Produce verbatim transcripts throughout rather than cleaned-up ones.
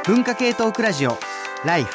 文化系トークラジオライフ。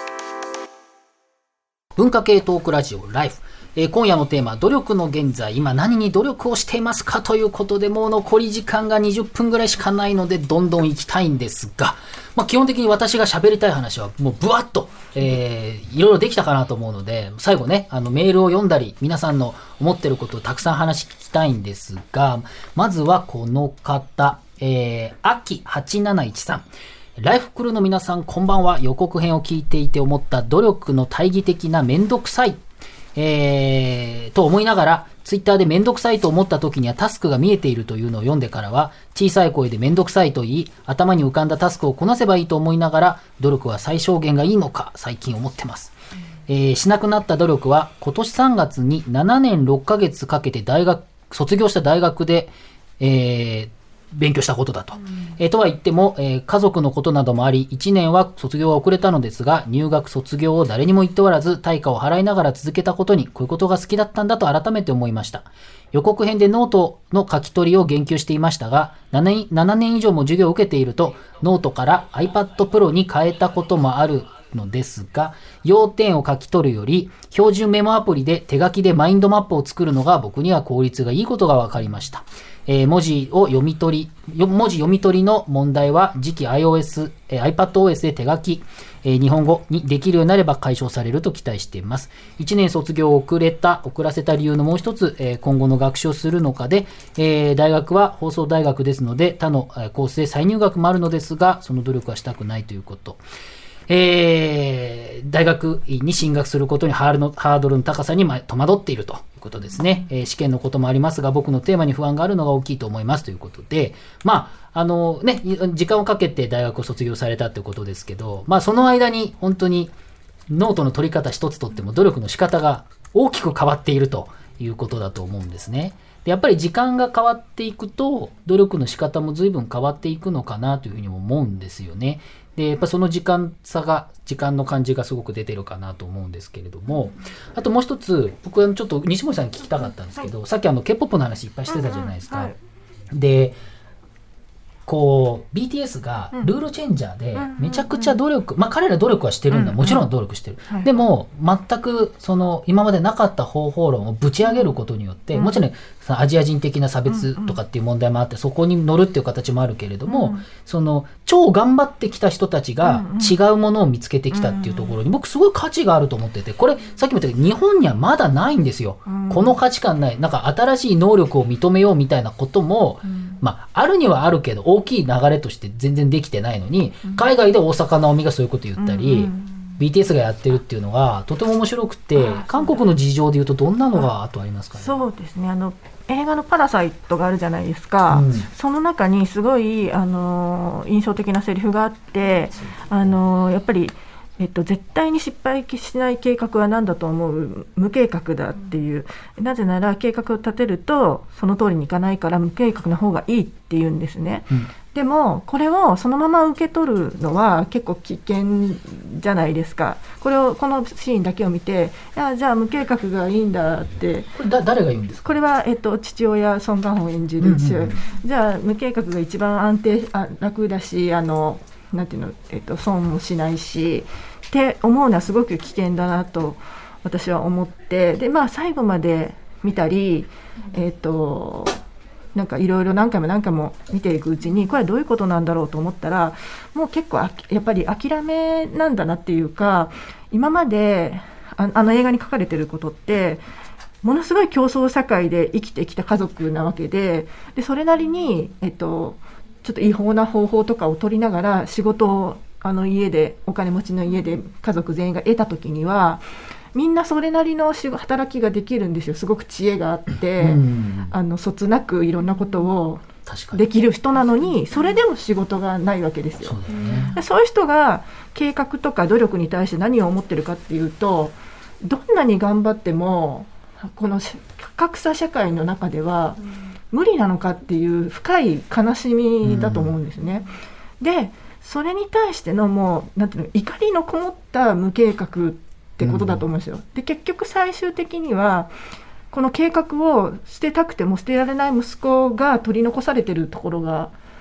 文化系トークラジオライフ、えー、今夜のテーマ、努力の現在、今何に努力をしていますかということで、もう残り時間がにじゅっぷんぐらいしかないのでどんどん行きたいんですが、まあ、基本的に私が喋りたい話はもうブワッと、えー、いろいろできたかなと思うので、最後ね、あのメールを読んだり皆さんの思ってることをたくさん話聞きたいんですが、まずはこの方、えー、秋はちなないちさん、ライフクルーの皆さんこんばんは。予告編を聞いていて思った努力の大義的なめんどくさい、えー、と思いながら、ツイッターでめんどくさいと思った時にはタスクが見えているというのを読んでからは、小さい声でめんどくさいと言い、頭に浮かんだタスクをこなせばいいと思いながら、努力は最小限がいいのか最近思ってます。えー、しなくなった努力は今年さんがつにななねんろっかげつかけて大学卒業した大学で、えー勉強したことだと。うんえー、とは言っても、えー、家族のことなどもあり、いちねんは卒業が遅れたのですが、入学卒業を誰にも言っておらず、対価を払いながら続けたことに、こういうことが好きだったんだと改めて思いました。予告編でノートの書き取りを言及していましたが、ななねん以上も授業を受けていると、ノートから iPad Pro に変えたこともあるのですが、要点を書き取るより標準メモアプリで手書きでマインドマップを作るのが僕には効率がいいことが分かりました。えー、文字を読み取り文字読み取りの問題は次期 iOS、えー、iPadOS で手書き、えー、日本語にできるようになれば解消されると期待しています。いちねん卒業を遅れた遅らせた理由のもう一つ、えー、今後の学習をするのかで、えー、大学は放送大学ですので他のコースで再入学もあるのですが、その努力はしたくないということ。えー、大学に進学することにハードのハードルの高さに戸惑っているということですね。えー、試験のこともありますが、僕のテーマに不安があるのが大きいと思いますということで、まあ、あのね、時間をかけて大学を卒業されたということですけど、まあ、その間に本当にノートの取り方一つとっても努力の仕方が大きく変わっているということだと思うんですね。でやっぱり時間が変わっていくと努力の仕方も随分変わっていくのかなというふうにも思うんですよね。でやっぱその時間差が時間の感じがすごく出てるかなと思うんですけれども、あともう一つ僕はちょっと西森さんに聞きたかったんですけど、はい、さっきあの K-ポップ の話いっぱいしてたじゃないですか。うんうんはい、でこう ビーティーエス がルールチェンジャーでめちゃくちゃ努力、まあ彼ら努力はしてるんだ、もちろん努力してる、うんうん、でも全くその今までなかった方法論をぶち上げることによって、うん、もちろんアジア人的な差別とかっていう問題もあって、そこに乗るっていう形もあるけれども、うん、その超頑張ってきた人たちが違うものを見つけてきたっていうところに僕すごい価値があると思ってて、これさっきも言ったけど日本にはまだないんですよ、うん、この価値観ない。なんか新しい能力を認めようみたいなことも、うんまあ、あるにはあるけど大きい流れとして全然できてないのに、うん、海外で大坂なおみがそういうこと言ったり、うんうん、ビーティーエス がやってるっていうのがとても面白くて、韓国の事情でいうとどんなのがあとありますかね。 そうですね、あの映画のパラサイトがあるじゃないですか、うん、その中にすごいあの印象的なセリフがあって、あのやっぱりえっと、絶対に失敗しない計画は何だと思う？無計画だっていう、なぜなら計画を立てるとその通りにいかないから無計画の方がいいっていうんですね、うん、でもこれをそのまま受け取るのは結構危険じゃないですか。これをこのシーンだけを見て、いやじゃあ無計画がいいんだって。 これだ誰が言うんですか？ これは、えっと、父親ソン・ガンホを演じる、うんうんうん、じゃあ無計画が一番安定あ楽だし、あのなんていうの、えっと、損もしないしって思うのはすごく危険だなと私は思って、で、まあ、最後まで見たり、えっと、なんかいろいろ何回も何回も見ていくうちにこれはどういうことなんだろうと思ったら、もう結構やっぱり諦めなんだなっていうか、今まで あ, あの映画に書かれてることってものすごい競争社会で生きてきた家族なわけで、でそれなりに、えっとちょっと違法な方法とかを取りながら仕事をあの家でお金持ちの家で家族全員が得た時にはみんなそれなりの働きができるんですよ。すごく知恵があって、うん、あのそつなくいろんなことをできる人なのに、それでも仕事がないわけですよ。 そうだよね。そういう人が計画とか努力に対して何を思ってるかっていうと、どんなに頑張ってもこの格差社会の中では無理なのかっていう深い悲しみだと思うんですね、うん、でそれに対してのもうなんていうの、怒りのこもった無計画ってことだと思うんですよ、うん、で結局最終的にはこの計画を捨てたくても捨てられない息子が取り残されてるところが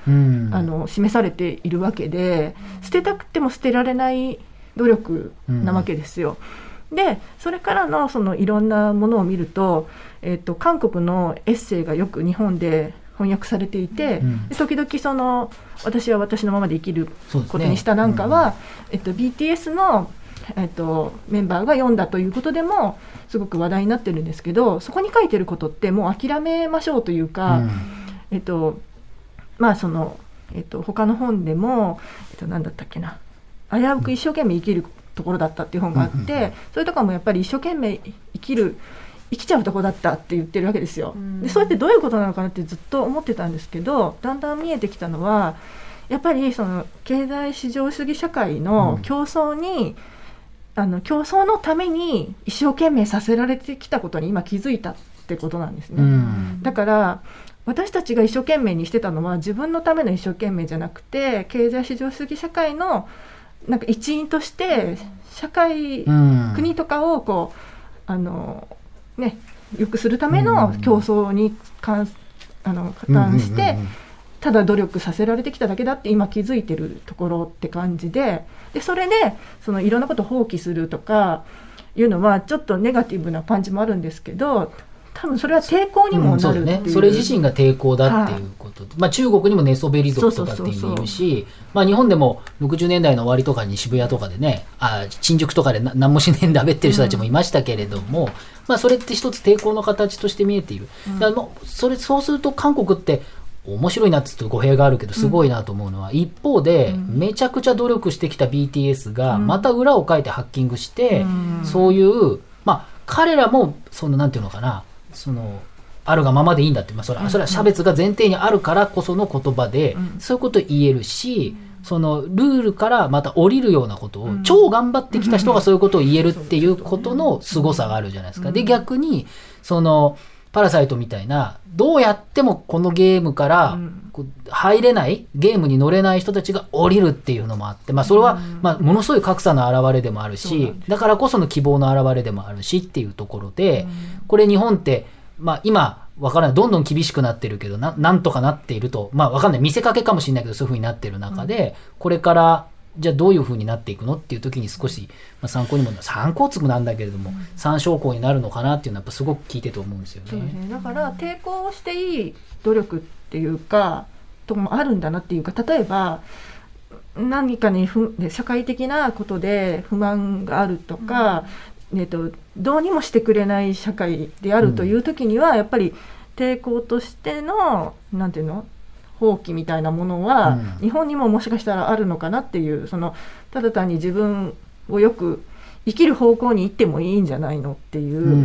うん、 あの示されているわけで、捨てたくても捨てられない努力なわけですよ。うん、でそれからのそのいろんなものを見ると、えーと、韓国のエッセイがよく日本で翻訳されていて、うん、時々その私は私のままで生きることにしたなんかは、ね、うん、えっと、ビーティーエス の、えっと、メンバーが読んだということでもすごく話題になってるんですけど、そこに書いてることってもう諦めましょうというか、うん、えっとまあその、えっと、他の本でも、えっと、何だったっけな、危うく一生懸命生きるところだったっていう本があって、うん、それとかもやっぱり一生懸命生きる生きちゃうとこだったって言ってるわけですよ。でそれってどういうことなのかなってずっと思ってたんですけど、だんだん見えてきたのはやっぱりその経済市場主義社会の競争に、うん、あの競争のために一生懸命させられてきたことに今気づいたってことなんですね。うん、だから私たちが一生懸命にしてたのは自分のための一生懸命じゃなくて、経済市場主義社会のなんか一員として社会、うん、国とかをこうあのね、良くするための競争に関、あの加担して、ただ努力させられてきただけだって今気づいてるところって感じで、でそれでそのいろんなことを放棄するとかいうのはちょっとネガティブな感じもあるんですけど、多分それは抵抗にもなるっていう、 うん、そうね、それ自身が抵抗だっていうことで、まあ、中国にも寝そべり族とかっていうのいるし、まあ、日本でもろくじゅうねんだいの終わりとかに渋谷とかでね、あ新宿とかでな何もしねえんだべってる人たちもいましたけれども、うん、まあ、それって一つ抵抗の形として見えている、うん、だからそれそうすると韓国って面白いなって言うと語弊があるけどすごいなと思うのは、うん、一方でめちゃくちゃ努力してきた ビーティーエス がまた裏をかいてハッキングして、うん、そういうまあ彼らもそのなんていうのかな、そのあるがままでいいんだって、まあ、それは、それは差別が前提にあるからこその言葉で、うん、そういうことを言えるし、うん、そのルールからまた降りるようなことを、うん、超頑張ってきた人がそういうことを言えるっていうことの凄さがあるじゃないですか。で逆にそのパラサイトみたいなどうやってもこのゲームからこう入れない、ゲームに乗れない人たちが降りるっていうのもあって、まあ、それはまあものすごい格差の表れでもあるし、だからこその希望の表れでもあるしっていうところで、これ日本ってまあ、今わからない、どんどん厳しくなってるけど な, なんとかなっていると、まあわかんない、見せかけかもしれないけどそういう風になってる中で、うん、これからじゃあどういう風になっていくのっていう時に少し、まあ、参考にも参考つくなんだけれども、うん、参照項になるのかなっていうのはやっぱすごく聞いてて思うんですよ ね, そうですね。だから抵抗していい努力っていうかともあるんだなっていうか、例えば何かにふ社会的なことで不満があるとか、うんえっと、どうにもしてくれない社会であるという時には、うん、やっぱり抵抗としてのなんていうの放棄みたいなものは、うん、日本にももしかしたらあるのかなっていう、そのただ単に自分をよく生きる方向に行ってもいいんじゃないのっていう、うんうん、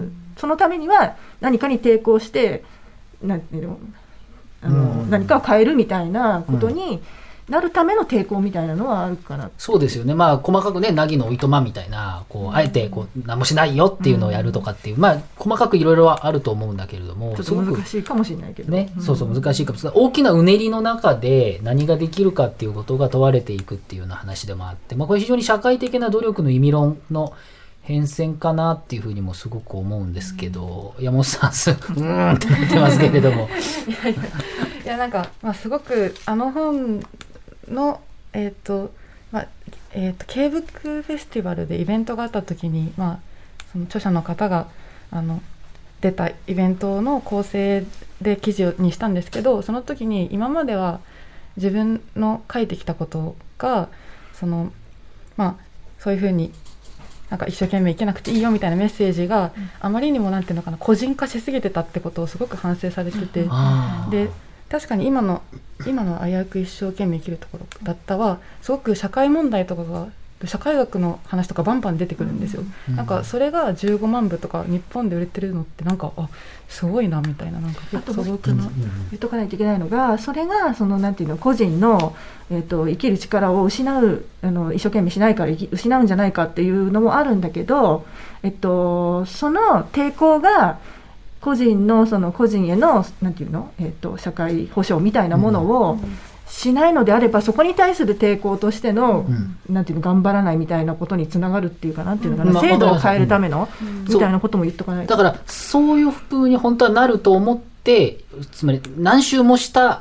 そのためには何かに抵抗してなんていうの、あの、うん、何かを変えるみたいなことに、うんなるための抵抗みたいなのはあるかな。 そうですよね。まあ細かくね、凪のおいとまみたいなこう、うん、あえてこう何もしないよっていうのをやるとかっていう、うん、まあ細かくいろいろはあると思うんだけれども、 ちょっと難しいかもしれないけどね、うん、そうそう難しいかもしれない。大きなうねりの中で何ができるかっていうことが問われていくっていうような話でもあって、まあこれ非常に社会的な努力の意味論の変遷かなっていうふうにもすごく思うんですけど、うん、山本さんすぐうーんってなってますけれどもいやいやいやなんか、まあ、すごくあの本のえーとまあえーと、K-ブックフェスティバルでイベントがあった時に、まあ、その著者の方があの出たイベントの構成で記事にしたんですけど、その時に今までは自分の書いてきたことがその、まあ、そういうふうになんか一生懸命生きなくていいよみたいなメッセージがあまりにもなんていうのかな個人化しすぎてたってことをすごく反省されてて、で確かに今の今の危うく一生懸命生きるところだったはすごく社会問題とかが社会学の話とかバンバン出てくるんですよ、うん、なんかそれがじゅうごまんぶとか日本で売れてるのってなんかあすごいなみたいな、なんかあと素朴な言っとかないといけないのが、それがそのなんていうの個人の、えーと、生きる力を失うあの一生懸命しないから失うんじゃないかっていうのもあるんだけど、えっと、その抵抗が個人のその個人へのなんていうの、えーと、社会保障みたいなものをしないのであれば、そこに対する抵抗としての、うん、なんていうの頑張らないみたいなことにつながるっていうかなんていうのかな、うん、制度を変えるための、うん、みたいなことも言っとかないと。 だからそういう風に本当はなると思って、つまり何周もした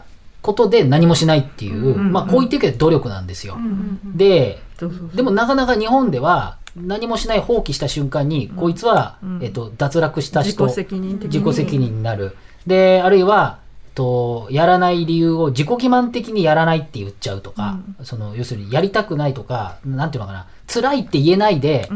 ことで何もしないっていう、 うんうんうん、 まあこう言っていけば努力なんですよ。 うんうんうん、 で、 そうそうそう、 でもなかなか日本では何もしない放棄した瞬間に、うん、こいつは、うん、えっと、脱落した人、 自己責任的に自己責任になる。で、あるいは、とやらない理由を自己欺瞞的にやらないって言っちゃうとか、うん、その要するにやりたくないとか、なんていうのかな、辛いって言えないで、うん、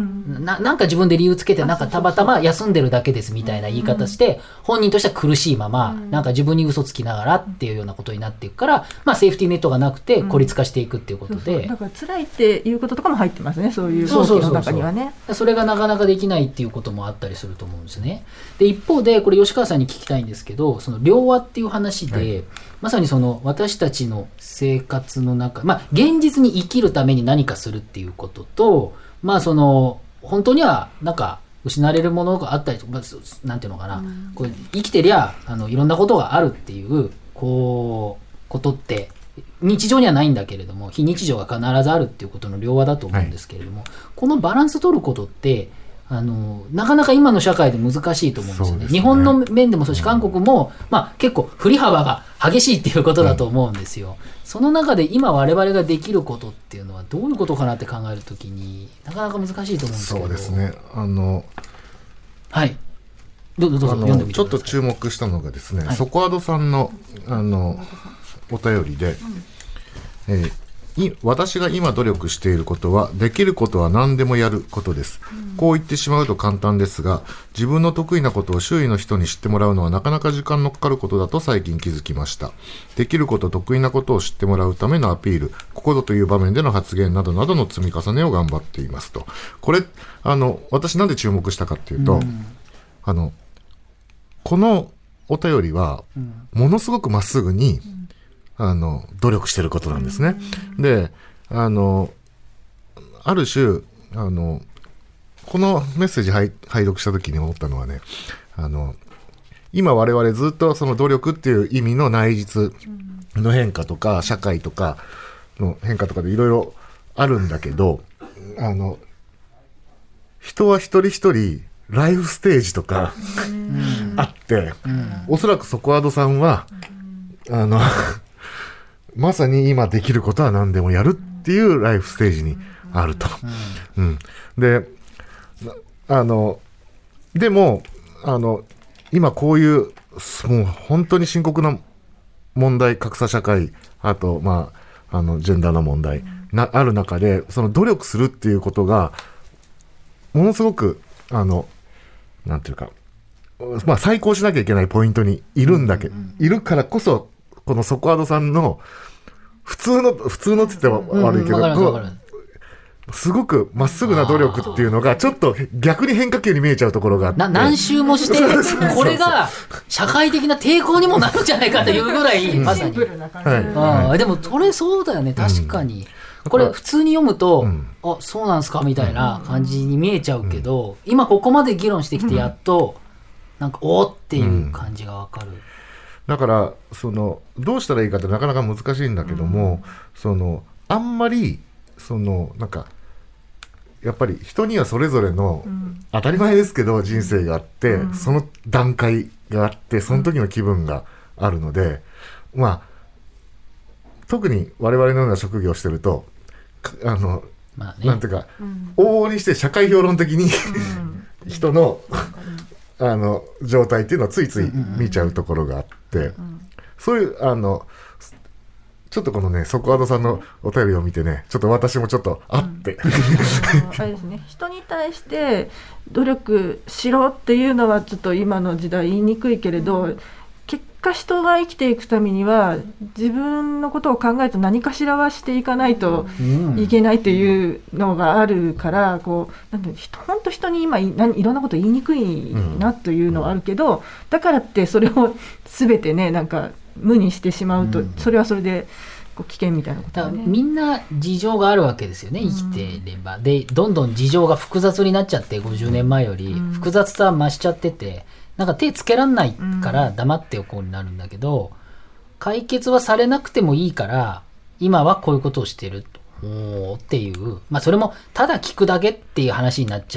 な, なんか自分で理由つけて、なんかたまたま休んでるだけですみたいな言い方して、本人としては苦しいまま、うん、なんか自分に嘘つきながらっていうようなことになっていくから、まあセーフティーネットがなくて孤立化していくっていうことで、うん、そうそう、 だから辛いっていうこととかも入ってますね、そういう動機の中にはね。そうそうそうそう、 それがなかなかできないっていうこともあったりすると思うんですね。で、一方でこれ吉川さんに聞きたいんですけど、その両和っていう話で、はい、まさにその私たちの生活の中、まあ現実に生きるために何かするっていうことと、まあその本当にはなんか失われるものがあったりとか、なんていうのかな、うん、こう生きてりゃあのいろんなことがあるっていうこうことって日常にはないんだけれども、非日常が必ずあるっていうことの両和だと思うんですけれども、はい、このバランス取ることってあのなかなか今の社会で難しいと思うんですよね。日本の面でもそうし、韓国も、まあ、結構振り幅が激しいっていうことだと思うんですよ。うん、その中で今我々ができることっていうのはどういうことかなって考えるときになかなか難しいと思うんですけど。 そうですね。あのはいどうぞどうぞ読んでみてください。 ちょっと注目したのがですね、はい、ソコアドさんのあのお便りで、うん、えー私が今努力していることはできることは何でもやることです、うん、こう言ってしまうと簡単ですが、自分の得意なことを周囲の人に知ってもらうのはなかなか時間のかかることだと最近気づきました。できること、得意なことを知ってもらうためのアピール、ここぞという場面での発言などなどの積み重ねを頑張っていますと。これあの私なんで注目したかっていうと、うん、あのこのお便りはものすごくまっすぐに、うんあの努力してることなんですね。で、あのある種あのこのメッセージ拝読した時に思ったのはね、あの今我々ずっとその努力っていう意味の内実の変化とか社会とかの変化とかでいろいろあるんだけど、あの人は一人一人ライフステージとかあって、おそらくソコアドさんはあのまさに今できることは何でもやるっていうライフステージにあると。うんうん、で、あの、でも、あの、今こういう、もう本当に深刻な問題、格差社会、あと、まあ、あの、ジェンダーの問題、な、ある中で、その努力するっていうことが、ものすごく、あの、なんていうか、まあ、再考しなきゃいけないポイントにいるんだけど、いるからこそ、このソコアドさんの普通の普通のって言っては悪いけど、うんうん、すごくまっすぐな努力っていうのがちょっと逆に変化球に見えちゃうところがあって、 な何周もしてこれが社会的な抵抗にもなるんじゃないかというぐらいまさに、はい、でもそれそうだよね、確かに、うん、これ普通に読むと、うん、あそうなんすかみたいな感じに見えちゃうけど、うん、今ここまで議論してきてやっと、うん、なんかおーっていう感じがわかる。 だからそのどうしたらいいかってなかなか難しいんだけども、うん、そのあんまりそのなんかやっぱり人にはそれぞれの、うん、当たり前ですけど人生があって、うん、その段階があってその時の気分があるので、うん、まあ特に我々のような職業をしてるとあの、まあね、なんていうか、うん、往々にして社会評論的に、うん、人のあの状態っていうのはついつい見ちゃうところがあって、うんうん、そういうあのちょっとこのねソコアドさんのお便りを見てねちょっと私もちょっとあって、うん、 あれですね、人に対して努力しろっていうのはちょっと今の時代言いにくいけれど、うん、結果人が生きていくためには自分のことを考えると何かしらはしていかないといけないというのがあるから、うん、こうなんて本当人に今 い, いろんなこと言いにくいなというのはあるけど、うん、だからってそれを全てねなんか無にしてしまうと、うん、それはそれでこう危険みたいなことだね。 みんな事情があるわけですよね、生きてれば、うん、でどんどん事情が複雑になっちゃってごじゅうねんまえより複雑さ増しちゃってて、なんか手つけらんないから黙っておこうになるんだけど、うん、解決はされなくてもいいから今はこういうことをしてるとっていう、まあそれもただ聞くだけっていう話になっちゃう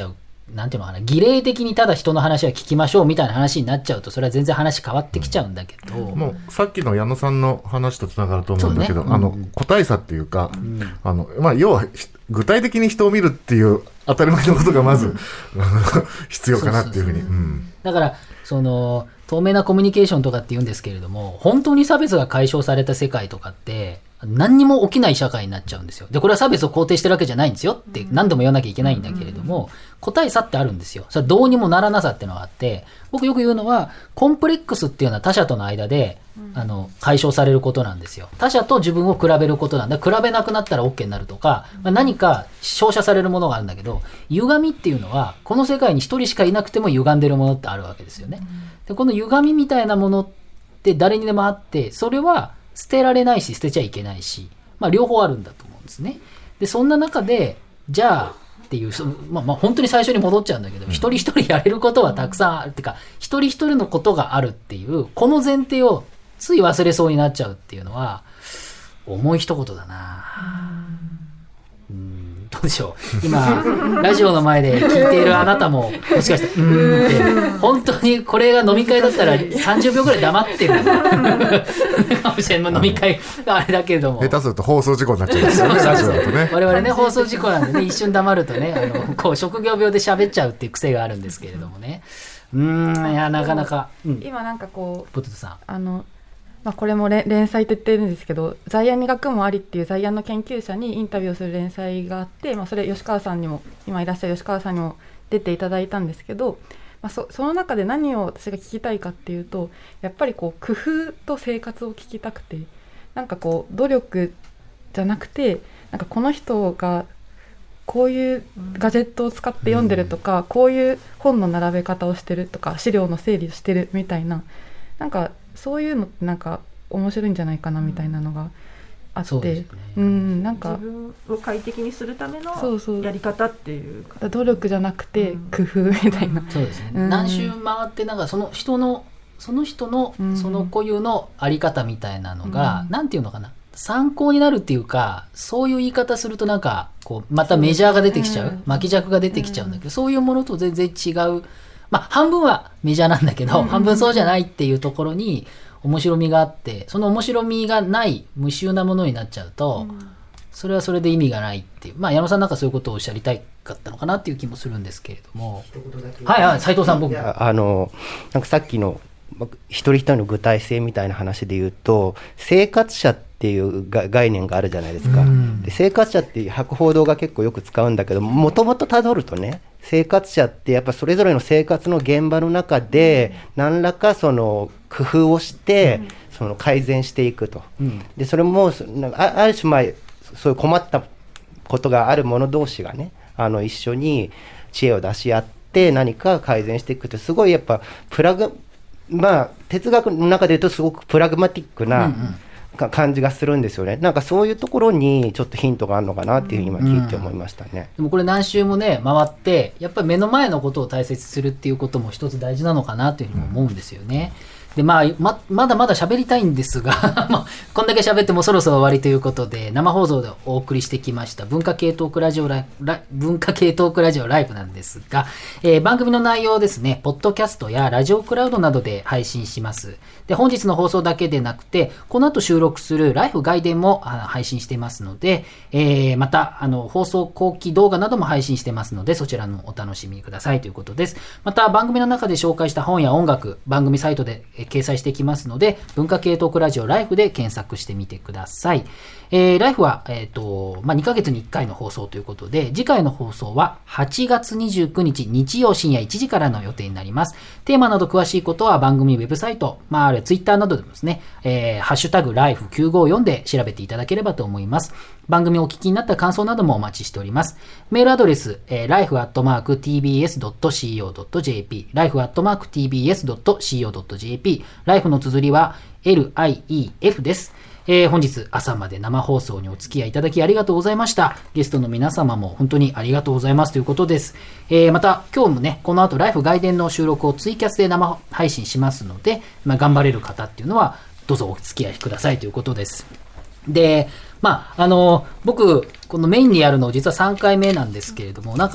なんていうのかな、儀礼的にただ人の話は聞きましょうみたいな話になっちゃうと、それは全然話変わってきちゃうんだけど、 うん、もうさっきの矢野さんの話とつながると思うんだけど、 ね、うん、 あの個体差っていうか、うん、あのまあ、要は具体的に人を見るっていう当たり前のことがまず、うん、必要かなっていうふうに。 だからその透明なコミュニケーションとかって言うんですけれども、本当に差別が解消された世界とかって何にも起きない社会になっちゃうんですよ。で、これは差別を肯定してるわけじゃないんですよって何度も言わなきゃいけないんだけれども、個体差ってあるんですよ。それはどうにもならなさっていうのがあって、僕よく言うのはコンプレックスっていうのは他者との間であの解消されることなんですよ。他者と自分を比べることなんだ。比べなくなったら OK になるとか、まあ、何か照射されるものがあるんだけど、歪みっていうのはこの世界に一人しかいなくても歪んでるものってあるわけですよね。で、この歪みみたいなものって誰にでもあって、それは捨てられないし捨てちゃいけないし、まあ、両方あるんだと思うんですね。で、そんな中でじゃあっていう、そのまあ、まあ本当に最初に戻っちゃうんだけど、一人一人やれることはたくさんあるっていうか、一人一人のことがあるっていうこの前提をつい忘れそうになっちゃうっていうのは重い一言だな。うーん、どうでしょう。今ラジオの前で聞いているあなたももしかしたらうーんって本当にこれが飲み会だったらさんじゅうびょうぐらい黙ってるかもしれない。飲み会があれだけれども、 下手すると放送事故になっちゃうんですよね。ラジオだとね。 我々ね、放送事故なんでね、一瞬黙るとね、あのこう職業病で喋っちゃうっていう癖があるんですけれどもね。うーん、いやなかなか、うん、 今なんかこうポテトさん、 あのまあ、これも連載って言ってるんですけど、在野に学もありっていう在野の研究者にインタビューをする連載があって、まあ、それ吉川さんにも今いらっしゃる吉川さんにも出ていただいたんですけど、まあ、そ, その中で何を私が聞きたいかっていうと、やっぱりこう工夫と生活を聞きたくて、なんかこう努力じゃなくて、なんかこの人がこういうガジェットを使って読んでるとか、うん、こういう本の並べ方をしてるとか、資料の整理をしてるみたいな、なんかそういうのってなんか面白いんじゃないかなみたいなのがあって、うんね、うん、なんか自分を快適にするためのやり方っていうか、 努力じゃなくて工夫みたいな、うん、 そうですね、うん、何周回ってなんかその人のその人のその固有のあり方みたいなのが、うん、なんていうのかな、参考になるっていうか、そういう言い方するとなんかこうまたメジャーが出てきちゃう、うん、巻き尺が出てきちゃうんだけど、うん、そういうものと全然違う、まあ半分はメジャーなんだけど、うん、半分そうじゃないっていうところに面白みがあって、その面白みがない無臭なものになっちゃうと、うん、それはそれで意味がないっていう、まあ矢野さんなんかそういうことをおっしゃりたいかったのかなっていう気もするんですけれども、はいはい、斉藤さん、僕あのなんかさっきの一人一人の具体性みたいな話で言うと、生活者っていう概念があるじゃないですか、うん、で生活者っていう博報堂が結構よく使うんだけど、もともとたどるとね、生活者ってやっぱそれぞれの生活の現場の中で何らかその工夫をしてその改善していくと、うん、でそれも あ, ある種、まあ、そういう困ったことがある者同士がね、あの一緒に知恵を出し合って何か改善していくって、すごいやっぱプラグまあ哲学の中で言うとすごくプラグマティックな、うんうん、感じがするんですよね。なんかそういうところにちょっとヒントがあるのかなっていうふうに今聞いて思いましたね、うん、 でもこれ何周もね回って、やっぱり目の前のことを大切にするっていうことも一つ大事なのかなというふうに思うんですよね。でまあ、ま, まだまだ喋りたいんですがこんだけ喋ってもそろそろ終わりということで、生放送でお送りしてきました文化系トークラジオライブ文化系トークラジオライブなんですが、えー、番組の内容をですね、ポッドキャストやラジオクラウドなどで配信します。で本日の放送だけでなくて、この後収録するライフ外伝も配信していますので、えー、またあの放送後期動画なども配信してますので、そちらのお楽しみくださいということです。また番組の中で紹介した本や音楽、番組サイトで掲載していきますので、文化系トークラジオライフで検索してみてください。えー、ライフは、えっと、まあ、にかげつにいっかいの放送ということで、次回の放送ははちがつにじゅうくにち日曜深夜いちじからの予定になります。テーマなど詳しいことは番組ウェブサイト、まあ、あるいはツイッターなどでもですね、えー、ハッシュタグライフきゅうごよんで調べていただければと思います。番組をお聞きになった感想などもお待ちしております。メールアドレス、えー、ライフアットマークティービーエスドットシーオードットジェーピー、ライフアットマークティービーエスドットシーオードットジェーピー、ライフの綴りは エルアイイーエフ です。えー、本日朝まで生放送にお付き合いいただきありがとうございました。ゲストの皆様も本当にありがとうございますということです。えー、また今日もね、この後ライフ外伝の収録をツイキャスで生配信しますので、まあ、頑張れる方っていうのはどうぞお付き合いくださいということです。で、まあ、あの、僕、このメインにやるの実はさんかいめなんですけれども、なんか、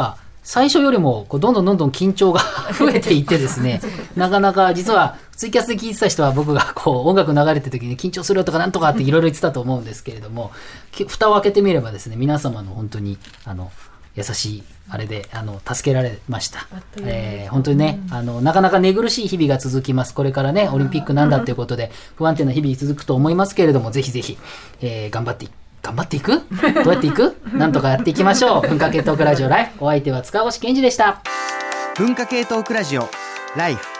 最初よりもこうどんどんどんどん緊張が増えていってですねなかなか実はツイキャスで聞いてた人は僕がこう音楽流れてる時に緊張するよとかなんとかっていろいろ言ってたと思うんですけれども、蓋を開けてみればですね皆様の本当にあの優しいあれであの助けられました。えー、本当にね、うん、あのなかなか寝苦しい日々が続きます。これからねオリンピックなんだということで不安定な日々続くと思いますけれども、ぜひぜひ、えー、頑張って頑張っていくどうやっていくなんとかやっていきましょう。文化系トークラジオライフ、お相手は塚越健二でした。 文化系トークラジオライフ、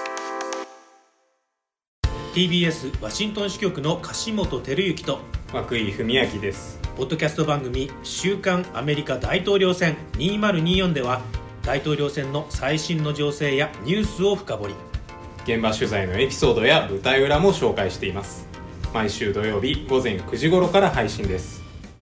ティービーエス ワシントン支局の樫本照之と涌井文明です。 ポッドキャスト番組週刊アメリカ大統領選にせんにじゅうよんでは大統領選の最新の情勢やニュースを深掘り、 現場取材のエピソードや舞台裏も紹介しています。毎週土曜日午前くじ頃から配信です。